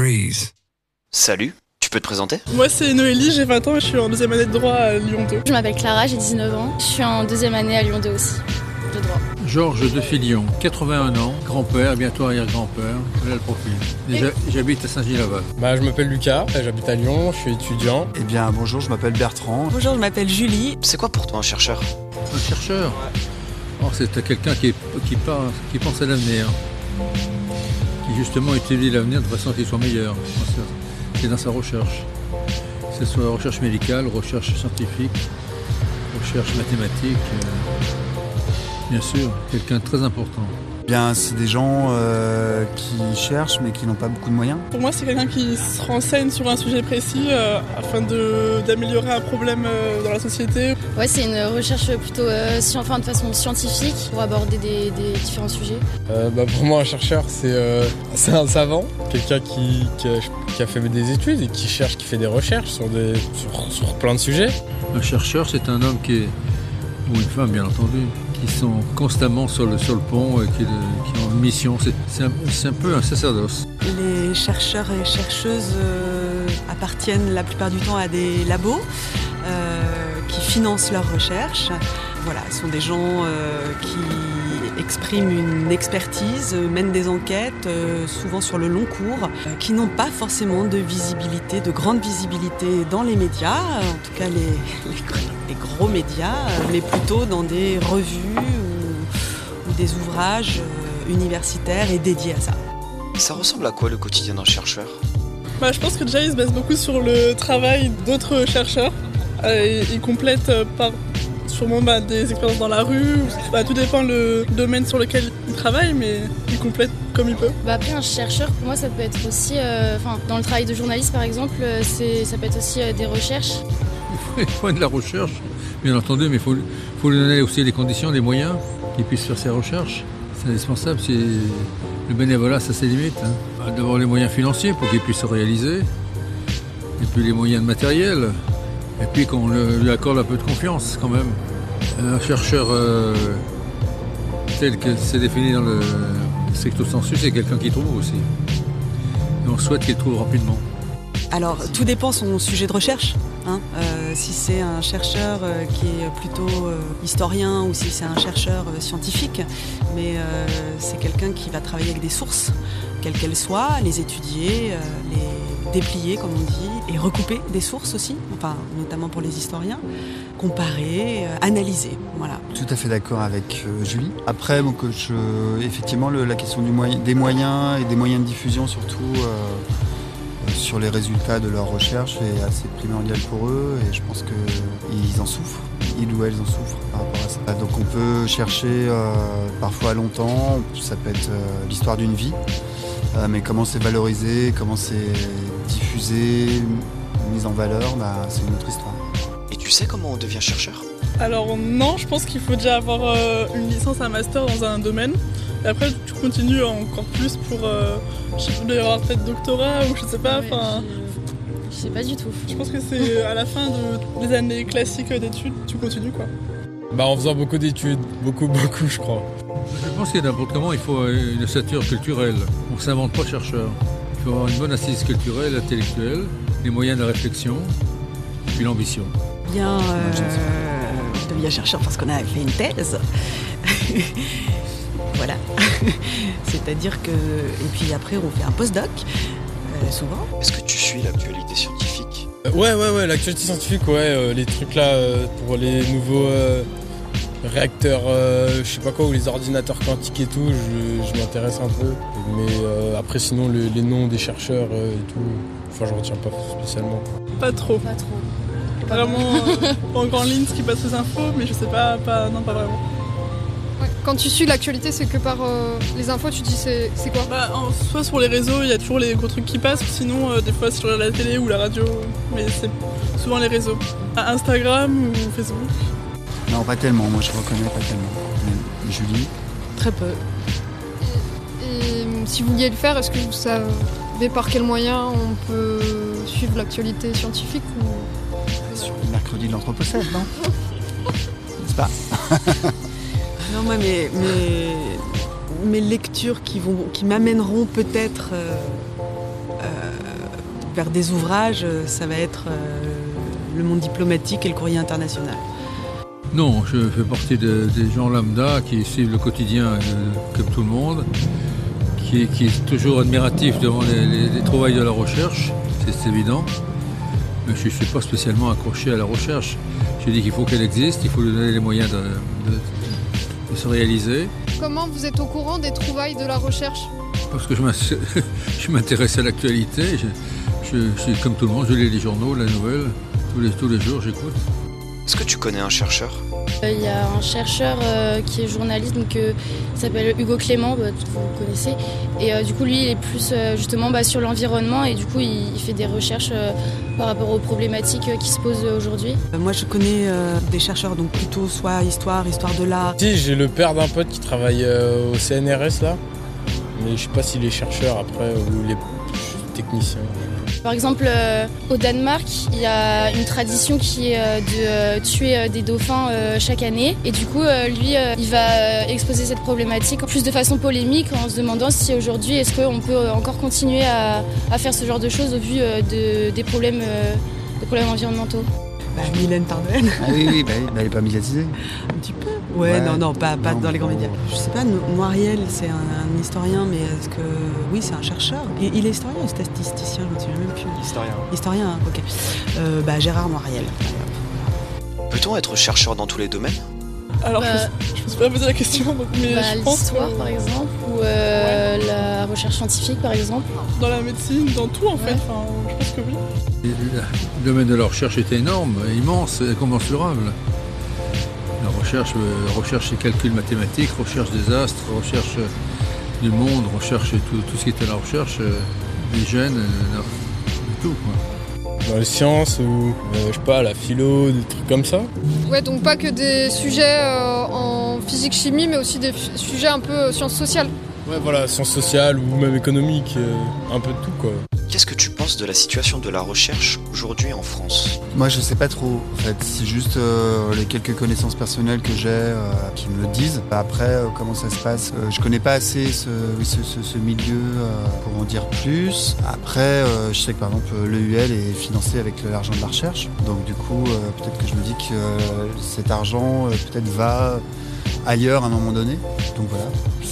freeze. Salut, tu peux te présenter? Moi c'est Noélie, j'ai 20 ans et je suis en deuxième année de droit à Lyon 2. Je m'appelle Clara, j'ai 19 ans. Je suis en deuxième année à Lyon 2 aussi, de droit. Georges de Filion, 81 ans, grand-père, bientôt arrière-grand-père. Voilà le profil. Déjà, j'habite à Saint-Gilles-Laval. Je m'appelle Lucas, j'habite à Lyon, je suis étudiant. Eh bien, bonjour, je m'appelle Bertrand. Bonjour, je m'appelle Julie. C'est quoi pour toi un chercheur? Un chercheur? Oh, c'est quelqu'un qui pense à l'avenir, qui justement étudie l'avenir de façon qu'il soit meilleur. C'est dans sa recherche. Que ce soit recherche médicale, recherche scientifique, recherche mathématique. Bien sûr, quelqu'un de très important. Bien, c'est des gens qui cherchent mais qui n'ont pas beaucoup de moyens. Pour moi c'est quelqu'un qui se renseigne sur un sujet précis afin d'améliorer un problème dans la société. Ouais, c'est une recherche plutôt de façon scientifique pour aborder des différents sujets. Pour moi un chercheur c'est un savant, quelqu'un qui a fait des études et qui cherche, qui fait des recherches sur plein de sujets. Un chercheur c'est un homme ou une femme bien entendu, qui sont constamment sur le pont et qui ont une mission. C'est un peu un sacerdoce. Les chercheurs et chercheuses appartiennent la plupart du temps à des labos qui financent leurs recherches. Voilà, ce sont des gens qui expriment une expertise, mènent des enquêtes, souvent sur le long cours, qui n'ont pas forcément de visibilité, de grande visibilité dans les médias, en tout cas les gros médias, mais plutôt dans des revues ou des ouvrages universitaires et dédiés à ça. Ça ressemble à quoi le quotidien d'un chercheur? Je pense que déjà il se base beaucoup sur le travail d'autres chercheurs. Ils complètent sûrement des expériences dans la rue. Tout dépend le domaine sur lequel ils travaillent, mais ils complètent comme ils peuvent. Après un chercheur, pour moi ça peut être aussi, dans le travail de journaliste par exemple, ça peut être aussi des recherches. Il faut de la recherche, bien entendu, mais il faut lui donner aussi les conditions, les moyens qu'il puisse faire ses recherches. C'est indispensable. Le bénévolat, ça c'est limite. D'avoir les moyens financiers pour qu'il puisse se réaliser, et puis les moyens de matériel, et puis qu'on lui accorde un peu de confiance quand même. Un chercheur tel que c'est défini dans le stricto sensu, c'est quelqu'un qui trouve aussi. Et on souhaite qu'il trouve rapidement. Alors, tout dépend de son sujet de recherche. Si c'est un chercheur qui est plutôt historien ou si c'est un chercheur scientifique, mais c'est quelqu'un qui va travailler avec des sources, quelles qu'elles soient, les étudier, les déplier, comme on dit, et recouper des sources aussi, notamment pour les historiens, comparer, analyser. Voilà. Tout à fait d'accord avec Julie. Après, effectivement, la question des moyens et des moyens de diffusion surtout sur les résultats de leurs recherches est assez primordial pour eux et je pense qu'ils en souffrent, ils ou elles en souffrent par rapport à ça. Donc on peut chercher parfois longtemps, ça peut être l'histoire d'une vie, mais comment c'est valorisé, comment c'est diffusé, mis en valeur, c'est une autre histoire. Et tu sais comment on devient chercheur? Alors non, je pense qu'il faut déjà avoir une licence, un master dans un domaine. Et après tu continues encore plus pour, je vais avoir peut-être doctorat ou je sais pas. Je sais pas du tout. Je pense que c'est à la fin des années classiques d'études, tu continues quoi. En faisant beaucoup d'études, beaucoup je crois. Je pense que n'importe comment il faut une ossature culturelle. On ne s'invente pas chercheur. Il faut avoir une bonne assise culturelle, intellectuelle, les moyens de réflexion, et puis l'ambition. On devient chercheur parce qu'on a fait une thèse. Voilà. C'est-à-dire que... Et puis après, on fait un postdoc, souvent. Est-ce que tu suis l'actualité scientifique? Ouais, l'actualité scientifique, les trucs là, pour les nouveaux réacteurs, je sais pas quoi, ou les ordinateurs quantiques et tout, je m'intéresse un peu. Mais après, sinon, les noms des chercheurs et tout, je retiens pas spécialement. Pas trop. Vraiment, en grande ligne, ce qui passe aux infos, mais je sais pas vraiment. Ouais. Quand tu suis l'actualité, c'est que par les infos, tu dis c'est quoi? Soit sur les réseaux, il y a toujours les gros trucs qui passent, sinon des fois sur la télé ou la radio, mais c'est souvent les réseaux. Instagram ou Facebook? Non, pas tellement, moi je reconnais pas tellement. Mais Julie? Très peu. Et si vous vouliez le faire, est-ce que vous savez par quel moyen on peut suivre l'actualité scientifique ou... Sur le mercredi de l'Anthropocène, non? N'est-ce pas? Non, moi, mes lectures qui m'amèneront peut-être vers des ouvrages, ça va être le monde diplomatique et le courrier international. Non, je fais partie des gens lambda qui suivent le quotidien comme tout le monde, qui est toujours admiratif devant les trouvailles de la recherche, c'est évident. Mais je ne suis pas spécialement accroché à la recherche. Je dis qu'il faut qu'elle existe, il faut lui donner les moyens de se réaliser. Comment vous êtes au courant des trouvailles de la recherche ? Parce que je m'intéresse à l'actualité. Je suis comme tout le monde, je lis les journaux, la nouvelle. Tous les jours, j'écoute. Est-ce que tu connais un chercheur ? Il y a un chercheur qui est journaliste, donc, il s'appelle Hugo Clément, vous connaissez. Et du coup, lui, il est plus justement sur l'environnement et du coup, il fait des recherches par rapport aux problématiques qui se posent aujourd'hui. Moi, je connais des chercheurs, donc plutôt soit histoire de l'art. Si, j'ai le père d'un pote qui travaille au CNRS là, mais je sais pas s'il est chercheur après ou il est technicien. Par exemple, au Danemark, il y a une tradition qui est de tuer des dauphins chaque année. Et du coup, lui, il va exposer cette problématique plus de façon polémique en se demandant si aujourd'hui, est-ce qu'on peut encore continuer à faire ce genre de choses au vu des problèmes environnementaux. Mylène Farmer. Ah oui, elle n'est pas médiatisée. Un petit peu. Ouais. Non, pas dans les grands médias. Je sais pas, Noiriel, c'est un historien, mais est-ce que... Oui, c'est un chercheur. Et il est historien ou statisticien, je ne me souviens même plus. Historien, ok. Gérard Noiriel. Peut-on être chercheur dans tous les domaines ? Alors, je me suis pas posé la question, mais je pense l'histoire, par exemple, ou la recherche scientifique, par exemple. Dans la médecine, dans tout, en fait. Enfin, je pense que oui. Le domaine de la recherche est énorme, immense, incommensurable. La recherche et calculs mathématiques, recherche des astres, recherche du monde, recherche tout ce qui est à la recherche, des gènes, de tout, quoi. Dans les sciences ou, je sais pas, la philo, des trucs comme ça. Ouais, donc pas que des sujets en physique-chimie, mais aussi des sujets un peu sciences sociales. Ouais, voilà, sciences sociales ou même économiques, un peu de tout, quoi. Qu'est-ce que tu penses de la situation de la recherche aujourd'hui en France ? Moi, je sais pas trop. En fait, c'est juste les quelques connaissances personnelles que j'ai qui me le disent. Après, comment ça se passe je connais pas assez ce milieu pour en dire plus. Après, je sais que par exemple, l'EUL est financé avec l'argent de la recherche. Donc du coup, peut-être que je me dis que cet argent peut-être va ailleurs à un moment donné. Donc voilà,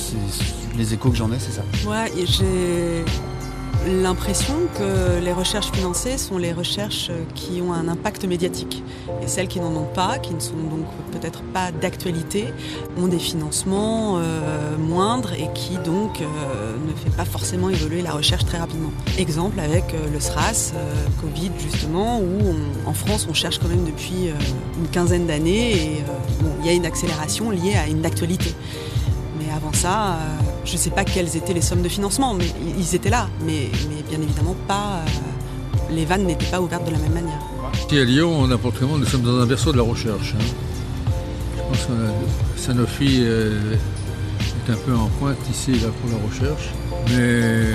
les échos que j'en ai, c'est ça. Ouais, j'ai l'impression que les recherches financées sont les recherches qui ont un impact médiatique. Et celles qui n'en ont pas, qui ne sont donc peut-être pas d'actualité, ont des financements moindres et qui donc ne fait pas forcément évoluer la recherche très rapidement. Exemple avec le SRAS, Covid justement, où en France on cherche quand même depuis une quinzaine d'années et il y a une accélération liée à une actualité. Mais avant ça, je ne sais pas quelles étaient les sommes de financement, mais ils étaient là. Mais bien évidemment, les vannes n'étaient pas ouvertes de la même manière. Ici à Lyon, n'importe comment, nous sommes dans un berceau de la recherche. Je pense que Sanofi est un peu en pointe ici là, pour la recherche. Mais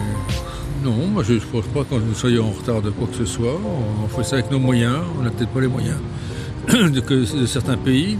non, moi je ne pense pas que nous soyons en retard de quoi que ce soit. On fait ça avec nos moyens. On n'a peut-être pas les moyens de certains pays.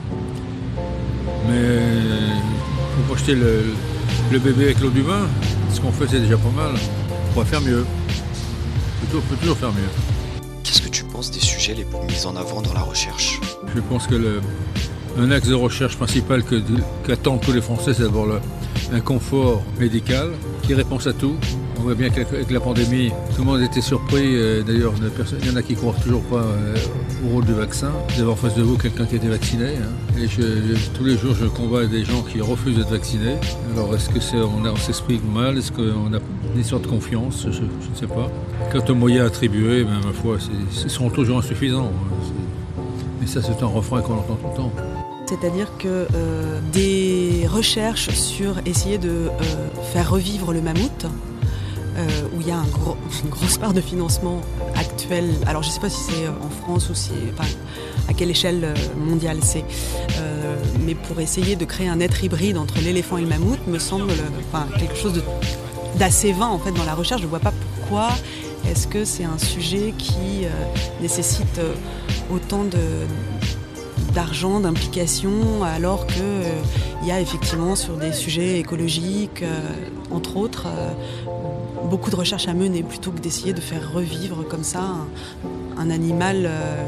Mais pour projeter le bébé avec l'eau du bain, ce qu'on fait c'est déjà pas mal. On pourrait faire mieux. On peut toujours faire mieux. Qu'est-ce que tu penses des sujets les plus mis en avant dans la recherche ? Je pense que un axe de recherche principal qu'attendent tous les Français, c'est d'abord un confort médical qui répond à tout. On voit bien qu'avec la pandémie, tout le monde était surpris. D'ailleurs, il y en a qui ne croient toujours pas au rôle du vaccin. Vous avez en face de vous quelqu'un qui a été vacciné. Et tous les jours, je combats des gens qui refusent d'être vaccinés. Alors, est-ce qu'on s'exprime mal ? Est-ce qu'on a une histoire de confiance ? Je ne sais pas. Quant aux moyens attribués, ma foi, ils seront toujours insuffisants. Mais ça, c'est un refrain qu'on entend tout le temps. C'est-à-dire que des recherches sur essayer de faire revivre le mammouth, où il y a une grosse part de financement actuel. Alors je ne sais pas si c'est en France ou à quelle échelle mondiale c'est. Mais pour essayer de créer un être hybride entre l'éléphant et le mammouth me semble quelque chose d'assez vain en fait dans la recherche. Je ne vois pas pourquoi est-ce que c'est un sujet qui nécessite autant d'argent, d'implication, alors qu'il y a effectivement sur des sujets écologiques, entre autres, beaucoup de recherches à mener plutôt que d'essayer de faire revivre comme ça un animal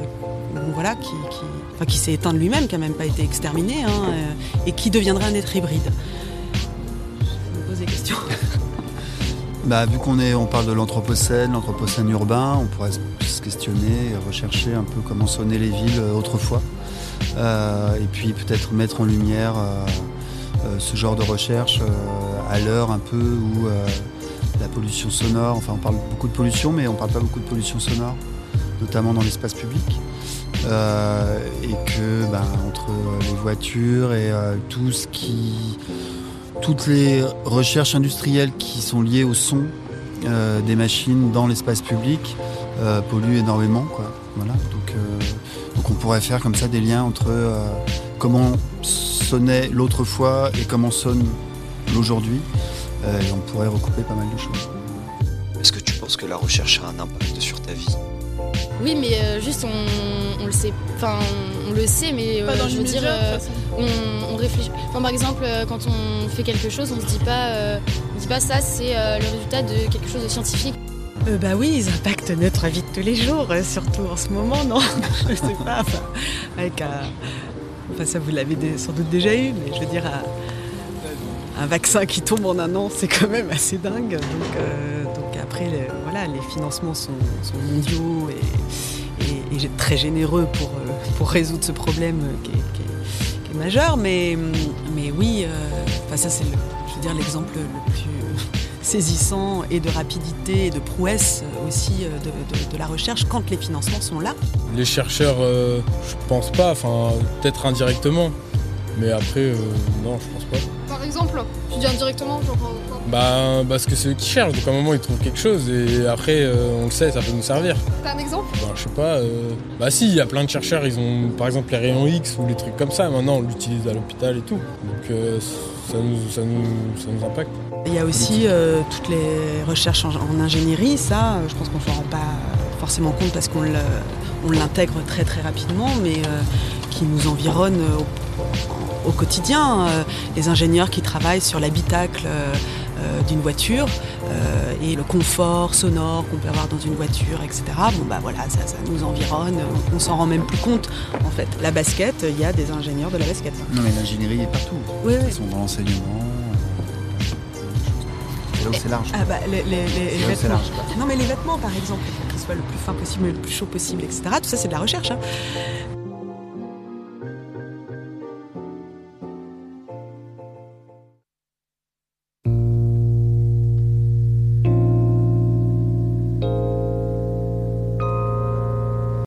qui s'est éteint de lui-même, qui n'a même pas été exterminé, et qui deviendrait un être hybride. Je me pose des questions. Vu qu'on parle de l'anthropocène urbain, on pourrait se questionner et rechercher un peu comment sonnaient les villes autrefois. Et puis peut-être mettre en lumière ce genre de recherche à l'heure un peu où la pollution sonore, on parle beaucoup de pollution, mais on ne parle pas beaucoup de pollution sonore, notamment dans l'espace public. Et que entre les voitures et toutes les recherches industrielles qui sont liées au son des machines dans l'espace public polluent énormément, quoi. Voilà. Donc on pourrait faire comme ça des liens entre comment sonnait l'autrefois et comment sonne l'aujourd'hui. Et on pourrait recouper pas mal de choses. Est-ce que tu penses que la recherche a un impact sur ta vie ? Oui, mais juste on le sait. Enfin, on le sait, mais je veux dire, on réfléchit. Enfin, par exemple, quand on fait quelque chose, on se dit pas ça, c'est le résultat de quelque chose de scientifique. Oui, ils impactent notre vie de tous les jours, surtout en ce moment, non? Je sais pas. Ça vous l'avez sans doute déjà eu, mais je veux dire, un vaccin qui tombe en un an, c'est quand même assez dingue. Donc après, les financements sont mondiaux et très généreux pour résoudre ce problème qui est majeur. Mais oui, ça c'est l'exemple le plus saisissant et de rapidité et de prouesse aussi de la recherche quand les financements sont là. Les chercheurs, je pense pas, peut-être indirectement, mais après, non, je pense pas. Par exemple, tu dis indirectement, genre quoi ? Parce que c'est eux qui cherchent, donc à un moment ils trouvent quelque chose et après, on le sait, ça peut nous servir. T'as un exemple ? Je sais pas, si, il y a plein de chercheurs, ils ont par exemple les rayons X ou les trucs comme ça, maintenant on l'utilise à l'hôpital et tout, donc ça nous impacte. Il y a aussi toutes les recherches en ingénierie, ça, je pense qu'on ne s'en rend pas forcément compte parce qu'on l'intègre très très rapidement, mais qui nous environne au quotidien. Les ingénieurs qui travaillent sur l'habitacle d'une voiture et le confort sonore qu'on peut avoir dans une voiture, etc. Ça nous environne, on s'en rend même plus compte en fait. La basket, il y a des ingénieurs de la basket. Non mais l'ingénierie est partout. Oui. Ils sont dans l'enseignement. Là où c'est large. Les vêtements. Large, non mais les vêtements par exemple, pour qu'ils soient le plus fin possible, le plus chaud possible, etc. Tout ça c'est de la recherche.